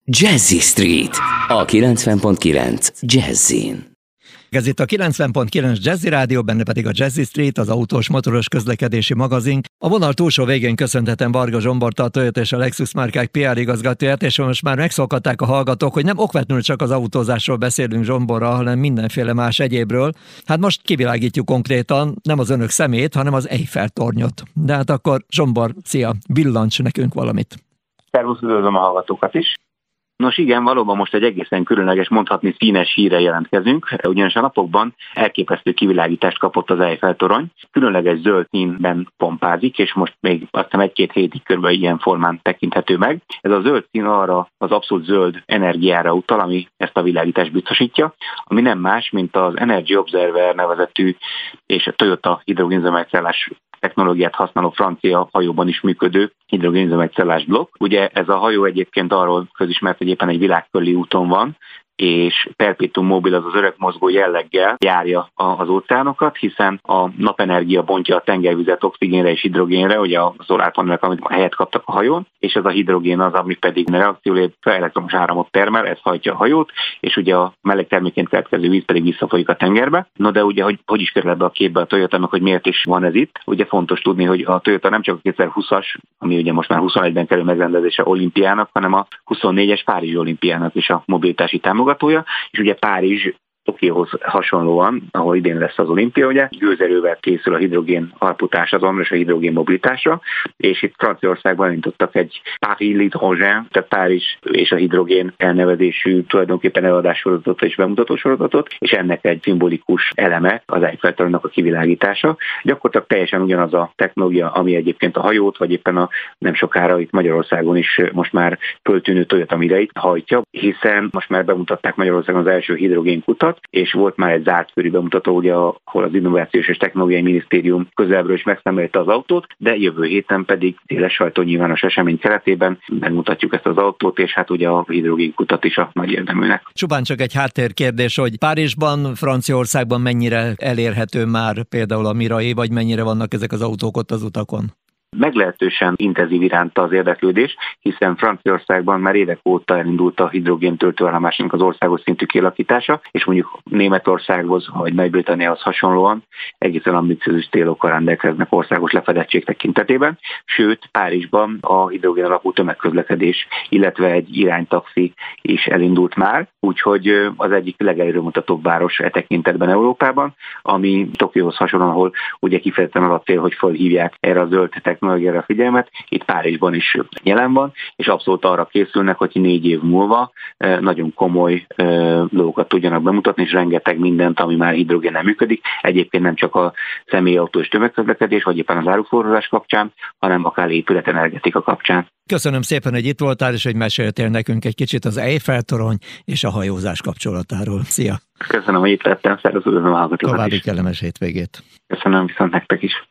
Jazzy Street, a 90.9 Jazzin. Ez itt a 90.9 Jazzy Rádió, benne pedig a Jazzy Street, az autós motoros közlekedési magazin. A vonal túlsó végén köszöntetem Varga Zsomborta, a Toyota és a Lexus márkák PR igazgatóját, és most már megszokhatták a hallgatók, hogy nem okvetlenül csak az autózásról beszélünk Zsomborral, hanem mindenféle más egyébről. Hát most kivilágítjuk konkrétan nem az önök szemét, hanem az Eiffel-tornyot. De hát akkor Zsombor, szia, villancs nekünk valamit. Szervusz, üdvözlöm a hallgatókat is. Nos igen, valóban most egy egészen különleges, mondhatni színes hírre jelentkezünk, ugyanis a napokban elképesztő kivilágítást kapott az Eiffel-torony. Különleges zöld színben pompázik, és most még azt hiszem 1-2 hétig körülbelül ilyen formán tekinthető meg. Ez a zöld szín arra az abszolút zöld energiára utal, ami ezt a világítást biztosítja, ami nem más, mint az Energy Observer nevezetű és a Toyota hidrogénüzemanyagcellás technológiát használó francia hajóban is működő hidrogénüzemanyagcellás blokk. Ugye ez a hajó egyébként arról közismert, hogy éppen egy világkörüli úton van, és perpetuum mobile, az örök mozgó jelleggel járja az óceánokat, hiszen a napenergia bontja a tengervizet oxigénre és hidrogénre, ugye a szolárpanelek, amit helyet kaptak a hajón, és ez a hidrogén az, ami pedig reakciólétre elektromos áramot termel, ez hajtja a hajót, és ugye a meleg termékként keletkező víz pedig visszafolyik a tengerbe. No de ugye, hogy is kerül ebbe a képbe a Toyota, meg hogy miért is van ez itt? Ugye fontos tudni, hogy a Toyota nem csak a 2020-as, ami ugye most már 21-ben kerül megrendezése olimpiának, hanem a 24-es Párizsi olimpiának is a mobilitási támogatója, és ugye Párizs Tokióhoz hasonlóan, ahol idén lesz az olimpia, ugye, gőzerővel készül a hidrogén alaputásra és a hidrogén mobilitásra, és itt Franciaországban elindítottak egy Paris l'hydrogène, tehát Párizs és a hidrogén elnevezésű tulajdonképpen előadássorozatot és bemutatósorozatot, és ennek egy szimbolikus eleme az Eiffel-toronynak a kivilágítása. Gyakorlatilag teljesen ugyanaz a technológia, ami egyébként a hajót, vagy éppen nem sokára itt Magyarországon is most már föltűnő Toyota Mireit hajtja, hiszen most már bemutatták Magyarországon az első hidrogénkutat, és volt már egy zárt körű bemutató, ugye, ahol az Innovációs és Technológiai Minisztérium közelről is megszemelte az autót, de jövő héten pedig széles sajtónyilvános esemény keretében megmutatjuk ezt az autót, és hát ugye a hidrogénkutat is a nagy érdeműnek. Csupán csak egy háttérkérdés, hogy Párizsban, Franciaországban mennyire elérhető már például a Mirai, vagy mennyire vannak ezek az autók ott az utakon? Meglehetősen intenzív iránta az érdeklődés, hiszen Franciaországban már évek óta elindult a hidrogén töltőállomásnak az országos szintű kialakítása, és mondjuk Németországhoz vagy Nagy-Britanniához hasonlóan egészen ambiciózus célokkal rendelkeznek országos lefedettség tekintetében, sőt Párizsban a hidrogén alapú tömegközlekedés, illetve egy iránytaxi is elindult már, úgyhogy az egyik legelőremutatóbb város e tekintetben Európában, ami Tokióhoz hasonlóan, ahol ugye kifejezetten az a cél, hogy felhívják erre a zöld technológiára a figyelmet, itt Párizsban is jelen van, és abszolút arra készülnek, hogy 4 év múlva nagyon komoly dolgokat tudjanak bemutatni, és rengeteg mindent, ami már hidrogénnel működik. Egyébként nem csak a személyautó és tömegközlekedés, vagy éppen az áruforrozás kapcsán, hanem akár épületenergetika kapcsán. Köszönöm szépen, hogy itt voltál, és hogy meséltél nekünk egy kicsit az Eiffel-torony és a hajózás kapcsolatáról. Szia! Köszönöm, hogy itt lettem, szervusz, üdvözlöm a hallgatókat is. További kellemes hétvégét! Köszönöm, viszont nektek is!